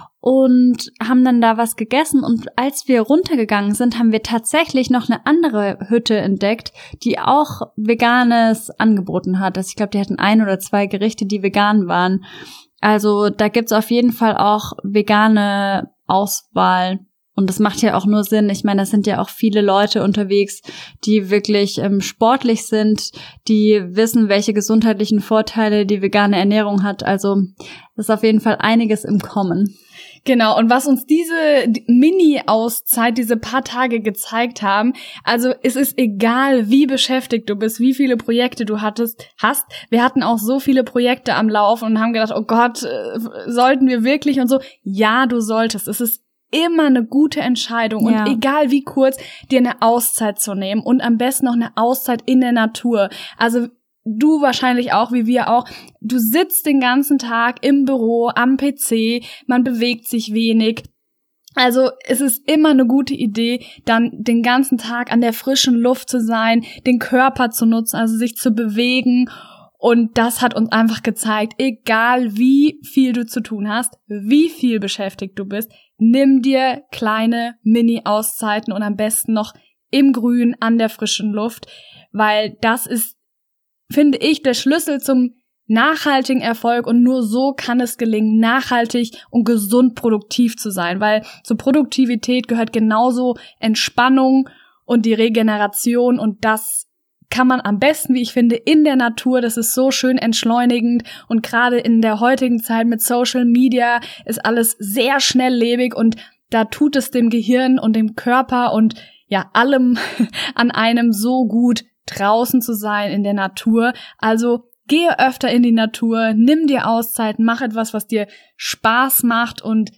und haben dann da was gegessen. Und als wir runtergegangen sind, haben wir tatsächlich noch eine andere Hütte entdeckt, die auch Veganes angeboten hat. Also ich glaube, die hatten ein oder zwei Gerichte, die vegan waren. Also da gibt's auf jeden Fall auch vegane Auswahl. Und das macht ja auch nur Sinn. Ich meine, da sind ja auch viele Leute unterwegs, die wirklich ähm, sportlich sind, die wissen, welche gesundheitlichen Vorteile die vegane Ernährung hat. Also das ist auf jeden Fall einiges im Kommen. Genau, und was uns diese Mini-Auszeit, diese paar Tage gezeigt haben, also es ist egal, wie beschäftigt du bist, wie viele Projekte du hattest, hast. Wir hatten auch so viele Projekte am Laufen und haben gedacht, oh Gott, sollten wir wirklich und so. Ja, du solltest. Es ist immer eine gute Entscheidung und ja. Egal wie kurz, dir eine Auszeit zu nehmen und am besten noch eine Auszeit in der Natur. Also du wahrscheinlich auch, wie wir auch. Du sitzt den ganzen Tag im Büro, am P C, man bewegt sich wenig. Also es ist immer eine gute Idee, dann den ganzen Tag an der frischen Luft zu sein, den Körper zu nutzen, also sich zu bewegen. Und das hat uns einfach gezeigt, egal wie viel du zu tun hast, wie viel beschäftigt du bist, nimm dir kleine Mini-Auszeiten und am besten noch im Grün an der frischen Luft, weil das ist, finde ich, der Schlüssel zum nachhaltigen Erfolg und nur so kann es gelingen, nachhaltig und gesund produktiv zu sein, weil zur Produktivität gehört genauso Entspannung und die Regeneration und das kann man am besten, wie ich finde, in der Natur. Das ist so schön entschleunigend und gerade in der heutigen Zeit mit Social Media ist alles sehr schnelllebig und da tut es dem Gehirn und dem Körper und ja allem an einem so gut, draußen zu sein in der Natur. Also gehe öfter in die Natur, nimm dir Auszeit, mach etwas, was dir Spaß macht und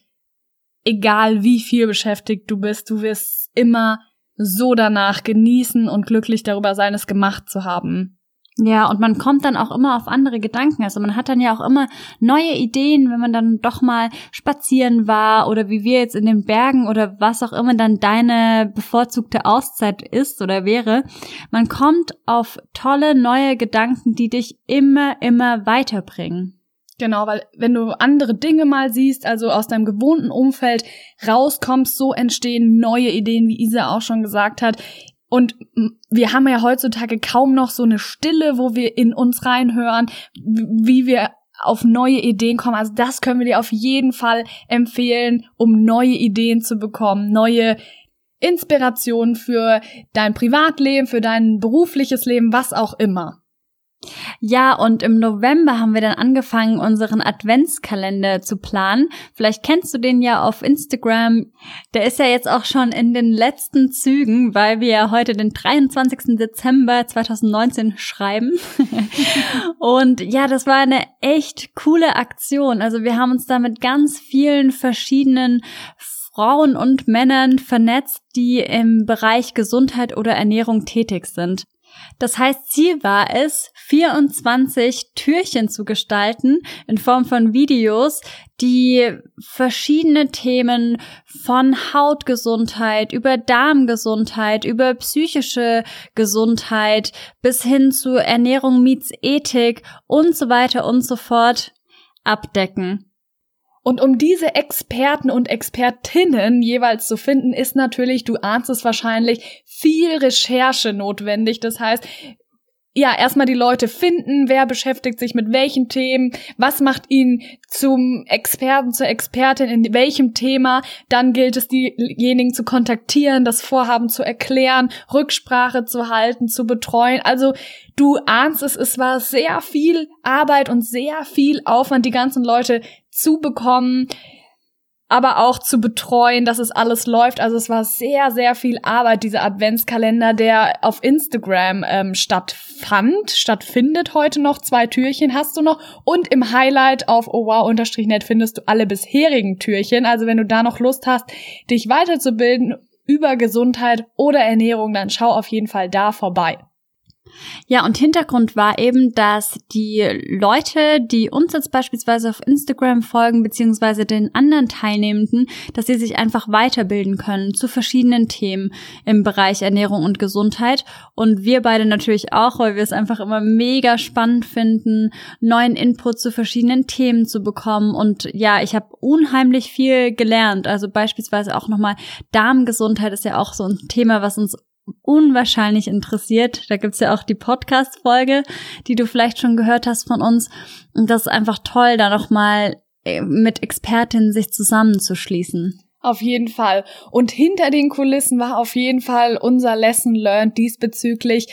egal wie viel beschäftigt du bist, du wirst immer so danach genießen und glücklich darüber sein, es gemacht zu haben. Ja, und man kommt dann auch immer auf andere Gedanken. Also man hat dann ja auch immer neue Ideen, wenn man dann doch mal spazieren war oder wie wir jetzt in den Bergen oder was auch immer dann deine bevorzugte Auszeit ist oder wäre. Man kommt auf tolle neue Gedanken, die dich immer, immer weiterbringen. Genau, weil wenn du andere Dinge mal siehst, also aus deinem gewohnten Umfeld rauskommst, so entstehen neue Ideen, wie Isa auch schon gesagt hat. Und wir haben ja heutzutage kaum noch so eine Stille, wo wir in uns reinhören, wie wir auf neue Ideen kommen. Also das können wir dir auf jeden Fall empfehlen, um neue Ideen zu bekommen, neue Inspirationen für dein Privatleben, für dein berufliches Leben, was auch immer. Ja, und im November haben wir dann angefangen, unseren Adventskalender zu planen. Vielleicht kennst du den ja auf Instagram. Der ist ja jetzt auch schon in den letzten Zügen, weil wir ja heute den dreiundzwanzigsten Dezember zweitausendneunzehn schreiben. Und ja, das war eine echt coole Aktion. Also wir haben uns da mit ganz vielen verschiedenen Frauen und Männern vernetzt, die im Bereich Gesundheit oder Ernährung tätig sind. Das heißt, Ziel war es, vierundzwanzig Türchen zu gestalten in Form von Videos, die verschiedene Themen von Hautgesundheit über Darmgesundheit, über psychische Gesundheit bis hin zu Ernährung meets Ethik und so weiter und so fort abdecken. Und um diese Experten und Expertinnen jeweils zu finden, ist natürlich, du ahnst es wahrscheinlich, viel Recherche notwendig. Das heißt, ja, erstmal die Leute finden, wer beschäftigt sich mit welchen Themen, was macht ihn zum Experten, zur Expertin in welchem Thema. Dann gilt es, diejenigen zu kontaktieren, das Vorhaben zu erklären, Rücksprache zu halten, zu betreuen. Also du ahnst es, es war sehr viel Arbeit und sehr viel Aufwand, die ganzen Leute zu bekommen. aber auch zu betreuen, dass es alles läuft. Also es war sehr, sehr viel Arbeit, dieser Adventskalender, der auf Instagram ähm, stattfand, stattfindet heute noch. Zwei Türchen hast du noch. Und im Highlight auf owow-net findest du alle bisherigen Türchen. Also wenn du da noch Lust hast, dich weiterzubilden über Gesundheit oder Ernährung, dann schau auf jeden Fall da vorbei. Ja, und Hintergrund war eben, dass die Leute, die uns jetzt beispielsweise auf Instagram folgen, beziehungsweise den anderen Teilnehmenden, dass sie sich einfach weiterbilden können zu verschiedenen Themen im Bereich Ernährung und Gesundheit. Und wir beide natürlich auch, weil wir es einfach immer mega spannend finden, neuen Input zu verschiedenen Themen zu bekommen. Und ja, ich habe unheimlich viel gelernt. Also beispielsweise auch nochmal Darmgesundheit ist ja auch so ein Thema, was uns unwahrscheinlich interessiert. Da gibt's ja auch die Podcast-Folge, die du vielleicht schon gehört hast von uns. Und das ist einfach toll, da nochmal mit Expertinnen sich zusammenzuschließen. Auf jeden Fall. Und hinter den Kulissen war auf jeden Fall unser Lesson learned diesbezüglich.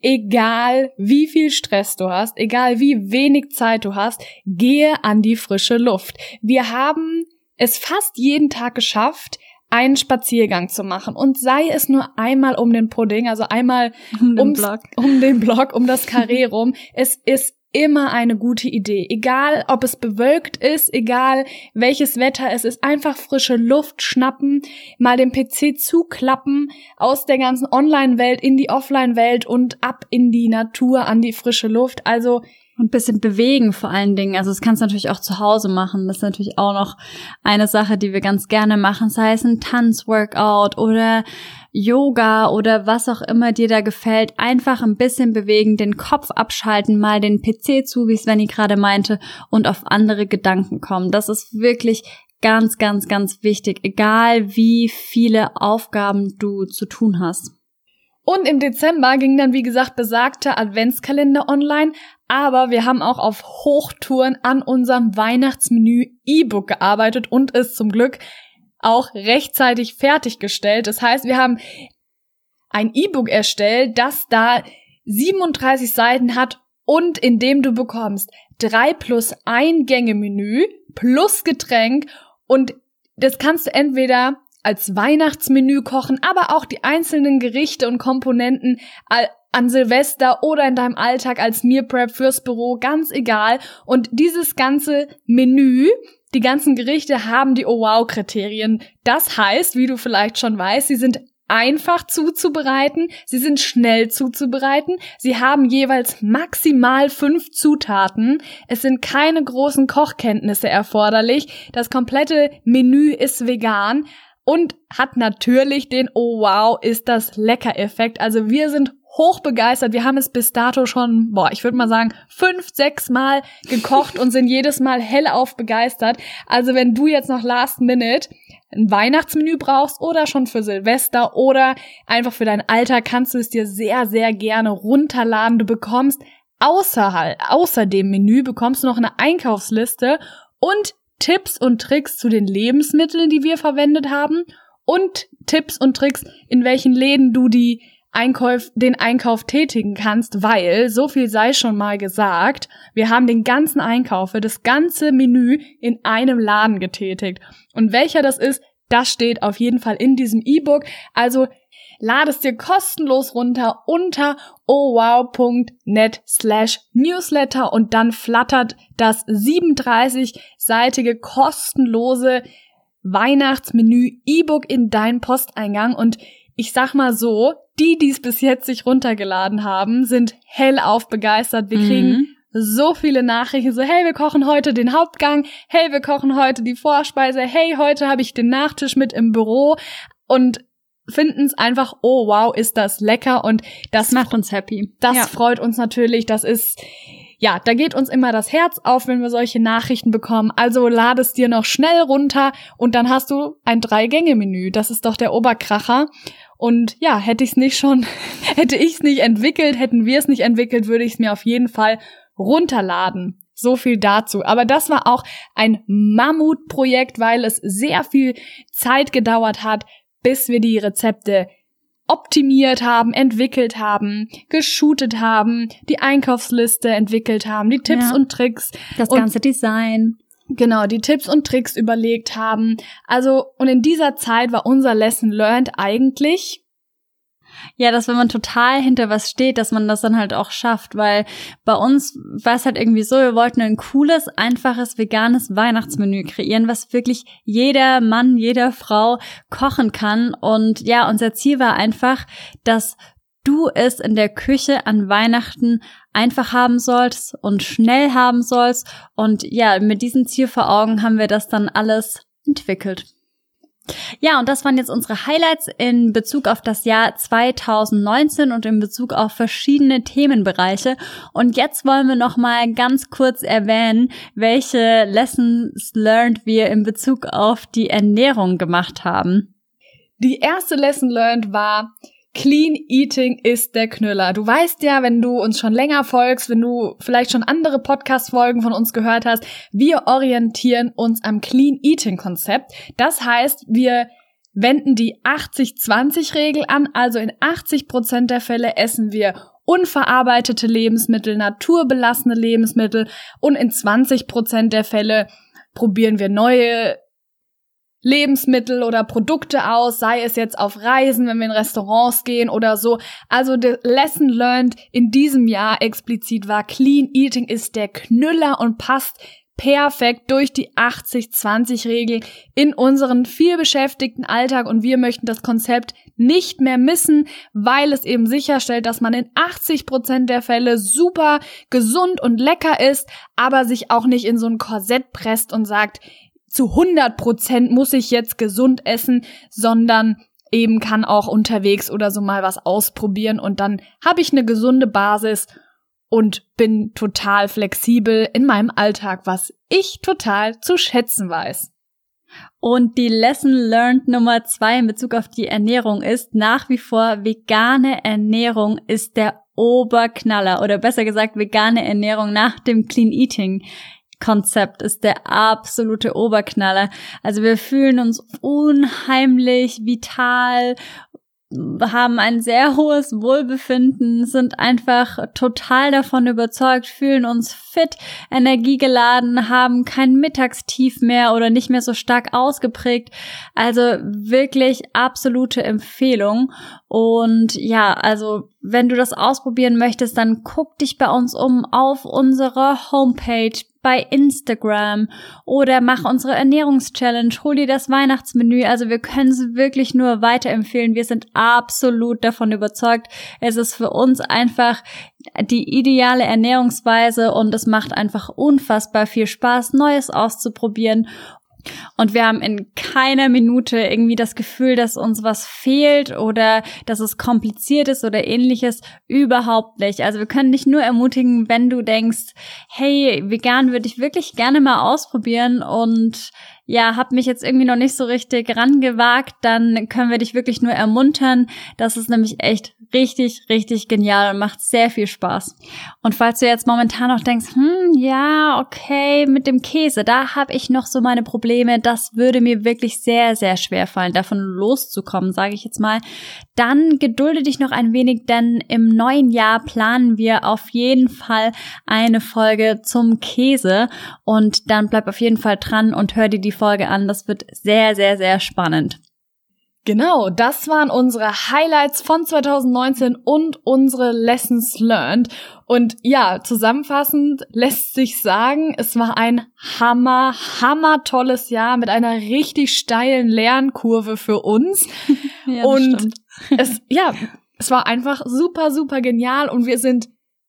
Egal wie viel Stress du hast, egal wie wenig Zeit du hast, gehe an die frische Luft. Wir haben es fast jeden Tag geschafft, einen Spaziergang zu machen und sei es nur einmal um den Pudding, also einmal um den ums, Block, um den Block, um das Karree rum. Es ist immer eine gute Idee, egal ob es bewölkt ist, egal welches Wetter es ist, einfach frische Luft schnappen, mal den P C zuklappen, aus der ganzen Online-Welt in die Offline-Welt und ab in die Natur, an die frische Luft. Also und ein bisschen bewegen vor allen Dingen. Also das kannst du natürlich auch zu Hause machen. Das ist natürlich auch noch eine Sache, die wir ganz gerne machen. Sei es ein Tanzworkout oder Yoga oder was auch immer dir da gefällt. Einfach ein bisschen bewegen, den Kopf abschalten, mal den P C zu, wie Svenny gerade meinte, und auf andere Gedanken kommen. Das ist wirklich ganz, ganz, ganz wichtig. Egal wie viele Aufgaben du zu tun hast. Und im Dezember ging dann, wie gesagt, besagter Adventskalender online, aber wir haben auch auf Hochtouren an unserem Weihnachtsmenü E-Book gearbeitet und es zum Glück auch rechtzeitig fertiggestellt. Das heißt, wir haben ein E-Book erstellt, das da siebenunddreißig Seiten hat und in dem du bekommst drei plus ein Gänge-Menü plus Getränk und das kannst du entweder als Weihnachtsmenü kochen, aber auch die einzelnen Gerichte und Komponenten an Silvester oder in deinem Alltag als Meal Prep fürs Büro, ganz egal. Und dieses ganze Menü, die ganzen Gerichte haben die Oh-Wow-Kriterien. Das heißt, wie du vielleicht schon weißt, sie sind einfach zuzubereiten, sie sind schnell zuzubereiten, sie haben jeweils maximal fünf Zutaten, es sind keine großen Kochkenntnisse erforderlich, das komplette Menü ist vegan und hat natürlich den Oh wow, ist das lecker Effekt. Also wir sind hochbegeistert. Wir haben es bis dato schon, boah, ich würde mal sagen, fünf, sechs Mal gekocht und sind jedes Mal hellauf begeistert. Also wenn du jetzt noch last minute ein Weihnachtsmenü brauchst oder schon für Silvester oder einfach für deinen Alltag, kannst du es dir sehr, sehr gerne runterladen. Du bekommst außerhalb, außer dem Menü bekommst du noch eine Einkaufsliste und Tipps und Tricks zu den Lebensmitteln, die wir verwendet haben und Tipps und Tricks, in welchen Läden du die Einkauf, den Einkauf tätigen kannst, weil, so viel sei schon mal gesagt, wir haben den ganzen Einkauf für das ganze Menü in einem Laden getätigt. Und welcher das ist, das steht auf jeden Fall in diesem E-Book. Also lade es dir kostenlos runter unter owow.net slash newsletter und dann flattert das siebenunddreißig-seitige kostenlose Weihnachtsmenü E-Book in deinen Posteingang. Und ich sag mal so, die, die es bis jetzt sich runtergeladen haben, sind hellauf begeistert. Wir kriegen mhm. so viele Nachrichten, so hey, wir kochen heute den Hauptgang, hey, wir kochen heute die Vorspeise, hey, heute habe ich den Nachtisch mit im Büro und finden es einfach, oh wow, ist das lecker und das, das macht uns happy. Das ja. freut uns natürlich, das ist, ja, da geht uns immer das Herz auf, wenn wir solche Nachrichten bekommen. Also lade es dir noch schnell runter und dann hast du ein Drei-Gänge-Menü. Das ist doch der Oberkracher. Und ja, hätte ich es nicht schon, hätte ich es nicht entwickelt, hätten wir es nicht entwickelt, würde ich es mir auf jeden Fall runterladen. So viel dazu. Aber das war auch ein Mammutprojekt, weil es sehr viel Zeit gedauert hat, bis wir die Rezepte optimiert haben, entwickelt haben, geshootet haben, die Einkaufsliste entwickelt haben, die Tipps ja. und Tricks. Das und ganze Design. Genau, die Tipps und Tricks überlegt haben. Also, und in dieser Zeit war unser Lesson learned eigentlich, ja, dass wenn man total hinter was steht, dass man das dann halt auch schafft, weil bei uns war es halt irgendwie so, wir wollten ein cooles, einfaches, veganes Weihnachtsmenü kreieren, was wirklich jeder Mann, jeder Frau kochen kann. Und ja, unser Ziel war einfach, dass du es in der Küche an Weihnachten einfach haben sollst und schnell haben sollst. Und ja, mit diesem Ziel vor Augen haben wir das dann alles entwickelt. Ja, und das waren jetzt unsere Highlights in Bezug auf das Jahr zwanzig neunzehn und in Bezug auf verschiedene Themenbereiche. Und jetzt wollen wir noch mal ganz kurz erwähnen, welche Lessons learned wir in Bezug auf die Ernährung gemacht haben. Die erste Lesson learned war: Clean Eating ist der Knüller. Du weißt ja, wenn du uns schon länger folgst, wenn du vielleicht schon andere Podcast-Folgen von uns gehört hast, wir orientieren uns am Clean Eating Konzept. Das heißt, wir wenden die achtzig zwanzig Regel an, also in achtzig Prozent der Fälle essen wir unverarbeitete Lebensmittel, naturbelassene Lebensmittel und in zwanzig Prozent der Fälle probieren wir neue Lebensmittel oder Produkte aus, sei es jetzt auf Reisen, wenn wir in Restaurants gehen oder so. Also the lesson learned in diesem Jahr explizit war: Clean Eating ist der Knüller und passt perfekt durch die achtzig zwanzig Regel in unseren vielbeschäftigten Alltag, und wir möchten das Konzept nicht mehr missen, weil es eben sicherstellt, dass man in achtzig Prozent der Fälle super gesund und lecker ist, aber sich auch nicht in so ein Korsett presst und sagt, zu hundert Prozent muss ich jetzt gesund essen, sondern eben kann auch unterwegs oder so mal was ausprobieren, und dann habe ich eine gesunde Basis und bin total flexibel in meinem Alltag, was ich total zu schätzen weiß. Und die Lesson learned Nummer zwei in Bezug auf die Ernährung ist nach wie vor: vegane Ernährung ist der Oberknaller, oder besser gesagt vegane Ernährung nach dem Clean Eating Konzept ist der absolute Oberknaller. Also wir fühlen uns unheimlich vital, haben ein sehr hohes Wohlbefinden, sind einfach total davon überzeugt, fühlen uns fit, energiegeladen, haben kein Mittagstief mehr oder nicht mehr so stark ausgeprägt. Also wirklich absolute Empfehlung. Und ja, also wenn du das ausprobieren möchtest, dann guck dich bei uns um auf unserer Homepage, bei Instagram, oder mach unsere Ernährungschallenge, hol dir das Weihnachtsmenü. Also wir können es wirklich nur weiterempfehlen. Wir sind absolut davon überzeugt. Es ist für uns einfach die ideale Ernährungsweise und es macht einfach unfassbar viel Spaß, Neues auszuprobieren. Und wir haben in keiner Minute irgendwie das Gefühl, dass uns was fehlt oder dass es kompliziert ist oder ähnliches. Überhaupt nicht. Also wir können dich nur ermutigen, wenn du denkst, hey, vegan würde ich wirklich gerne mal ausprobieren und ja, hab mich jetzt irgendwie noch nicht so richtig rangewagt, dann können wir dich wirklich nur ermuntern. Das ist nämlich echt richtig, richtig genial und macht sehr viel Spaß. Und falls du jetzt momentan noch denkst, hm, ja, okay, mit dem Käse, da habe ich noch so meine Probleme, das würde mir wirklich sehr, sehr schwer fallen, davon loszukommen, sage ich jetzt mal, dann gedulde dich noch ein wenig, denn im neuen Jahr planen wir auf jeden Fall eine Folge zum Käse und dann bleib auf jeden Fall dran und hör dir die Folge an. Das wird sehr, sehr, sehr spannend. Genau, das waren unsere Highlights von zwanzig neunzehn und unsere Lessons learned. Und ja, zusammenfassend lässt sich sagen, es war ein hammer, hammer tolles Jahr mit einer richtig steilen Lernkurve für uns. Ja, und es, ja, es war einfach super, super genial und wir sind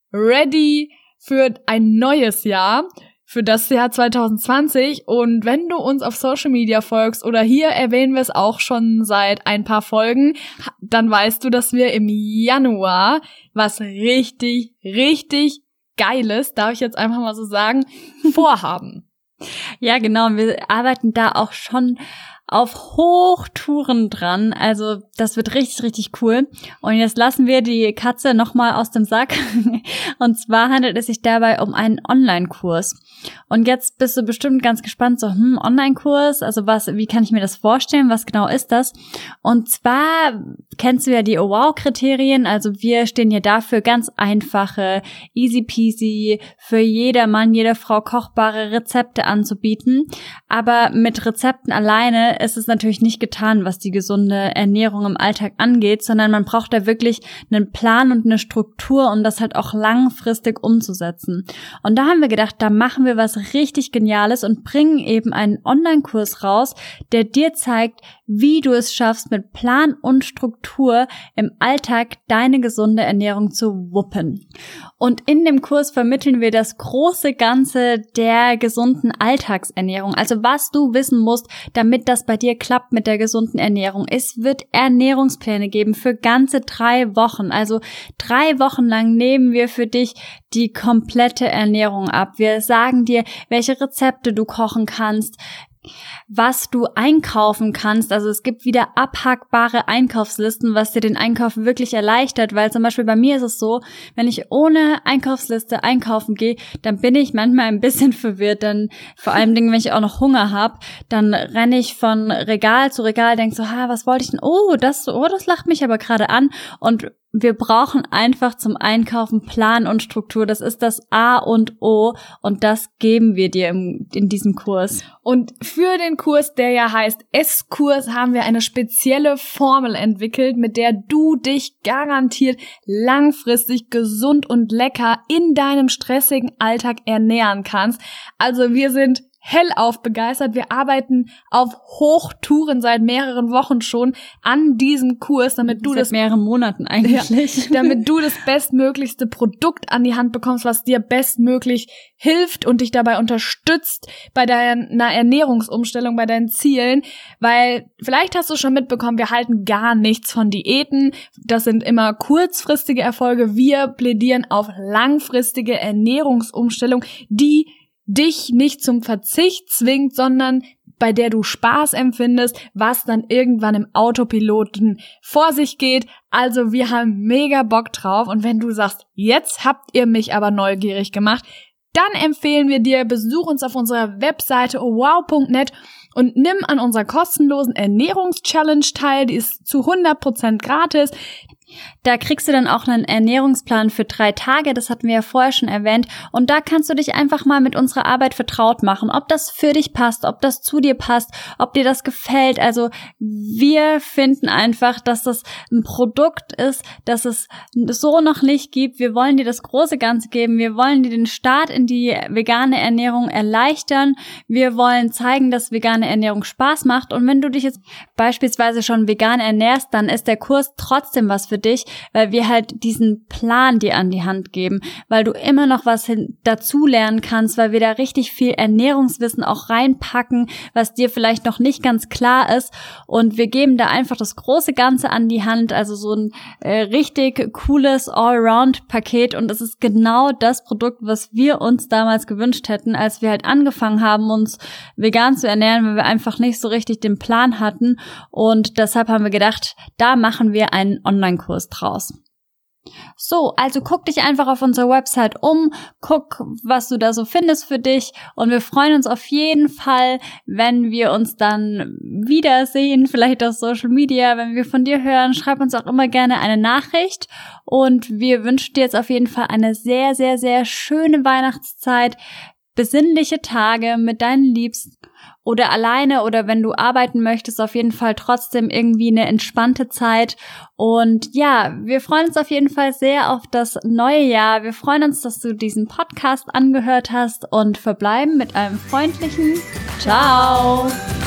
ready für ein neues Jahr. Für das Jahr zwanzig zwanzig, und wenn du uns auf Social Media folgst oder hier erwähnen wir es auch schon seit ein paar Folgen, dann weißt du, dass wir im Januar was richtig, richtig Geiles, darf ich jetzt einfach mal so sagen, vorhaben. Ja, genau. Wir arbeiten da auch schon auf Hochtouren dran. Also das wird richtig, richtig cool. Und jetzt lassen wir die Katze nochmal aus dem Sack. Und zwar handelt es sich dabei um einen Online-Kurs. Und jetzt bist du bestimmt ganz gespannt, so, hm, Online-Kurs, also was, wie kann ich mir das vorstellen, was genau ist das? Und zwar kennst du ja die O Wow-Kriterien, also wir stehen hier dafür, ganz einfache, easy peasy, für jedermann, jede Frau kochbare Rezepte anzubieten. Aber mit Rezepten alleine ist es natürlich nicht getan, was die gesunde Ernährung im Alltag angeht, sondern man braucht da wirklich einen Plan und eine Struktur, um das halt auch langfristig umzusetzen. Und da haben wir gedacht, da machen wir was richtig Geniales und bringen eben einen Online-Kurs raus, der dir zeigt, wie du es schaffst, mit Plan und Struktur im Alltag deine gesunde Ernährung zu wuppen. Und in dem Kurs vermitteln wir das große Ganze der gesunden Alltagsernährung. Also was du wissen musst, damit das bei dir klappt mit der gesunden Ernährung. Es wird Ernährungspläne geben für ganze drei Wochen. Also drei Wochen lang nehmen wir für dich die komplette Ernährung ab. Wir sagen dir, welche Rezepte du kochen kannst, was du einkaufen kannst. Also es gibt wieder abhackbare Einkaufslisten, was dir den Einkauf wirklich erleichtert, weil zum Beispiel bei mir ist es so, wenn ich ohne Einkaufsliste einkaufen gehe, dann bin ich manchmal ein bisschen verwirrt, dann vor allem Dingen, wenn ich auch noch Hunger habe, dann renne ich von Regal zu Regal, denke so, ha, was wollte ich denn? Oh, das, oh, das lacht mich aber gerade an. Und wir brauchen einfach zum Einkaufen Plan und Struktur. Das ist das A und O und das geben wir dir im, in diesem Kurs. Und für den Kurs, der ja heißt S-Kurs, haben wir eine spezielle Formel entwickelt, mit der du dich garantiert langfristig gesund und lecker in deinem stressigen Alltag ernähren kannst. Also wir sind hellauf begeistert. Wir arbeiten auf Hochtouren seit mehreren Wochen schon an diesem Kurs, damit du seit das mehreren Monaten eigentlich, ja, damit du das bestmöglichste Produkt an die Hand bekommst, was dir bestmöglich hilft und dich dabei unterstützt bei deiner Ernährungsumstellung, bei deinen Zielen, weil vielleicht hast du schon mitbekommen, wir halten gar nichts von Diäten. Das sind immer kurzfristige Erfolge. Wir plädieren auf langfristige Ernährungsumstellung, die dich nicht zum Verzicht zwingt, sondern bei der du Spaß empfindest, was dann irgendwann im Autopiloten vor sich geht. Also wir haben mega Bock drauf und wenn du sagst, jetzt habt ihr mich aber neugierig gemacht, dann empfehlen wir dir, besuch uns auf unserer Webseite o wow punkt net und nimm an unserer kostenlosen Ernährungschallenge teil, die ist zu hundert Prozent gratis. Da kriegst du dann auch einen Ernährungsplan für drei Tage, das hatten wir ja vorher schon erwähnt. Und da kannst du dich einfach mal mit unserer Arbeit vertraut machen, ob das für dich passt, ob das zu dir passt, ob dir das gefällt. Also wir finden einfach, dass das ein Produkt ist, das es so noch nicht gibt. Wir wollen dir das große Ganze geben. Wir wollen dir den Start in die vegane Ernährung erleichtern. Wir wollen zeigen, dass vegane Ernährung Spaß macht. Und wenn du dich jetzt beispielsweise schon vegan ernährst, dann ist der Kurs trotzdem was für dich, weil wir halt diesen Plan dir an die Hand geben, weil du immer noch was dazu lernen kannst, weil wir da richtig viel Ernährungswissen auch reinpacken, was dir vielleicht noch nicht ganz klar ist und wir geben da einfach das große Ganze an die Hand, also so ein äh, richtig cooles Allround-Paket und es ist genau das Produkt, was wir uns damals gewünscht hätten, als wir halt angefangen haben, uns vegan zu ernähren, weil wir einfach nicht so richtig den Plan hatten und deshalb haben wir gedacht, da machen wir einen Online-Kurs draus. So, also guck dich einfach auf unserer Website um, guck, was du da so findest für dich und wir freuen uns auf jeden Fall, wenn wir uns dann wiedersehen, vielleicht auf Social Media, wenn wir von dir hören, schreib uns auch immer gerne eine Nachricht und wir wünschen dir jetzt auf jeden Fall eine sehr, sehr, sehr schöne Weihnachtszeit, besinnliche Tage mit deinen Liebsten oder alleine oder wenn du arbeiten möchtest, auf jeden Fall trotzdem irgendwie eine entspannte Zeit. Und ja, wir freuen uns auf jeden Fall sehr auf das neue Jahr. Wir freuen uns, dass du diesen Podcast angehört hast und verbleiben mit einem freundlichen Ciao!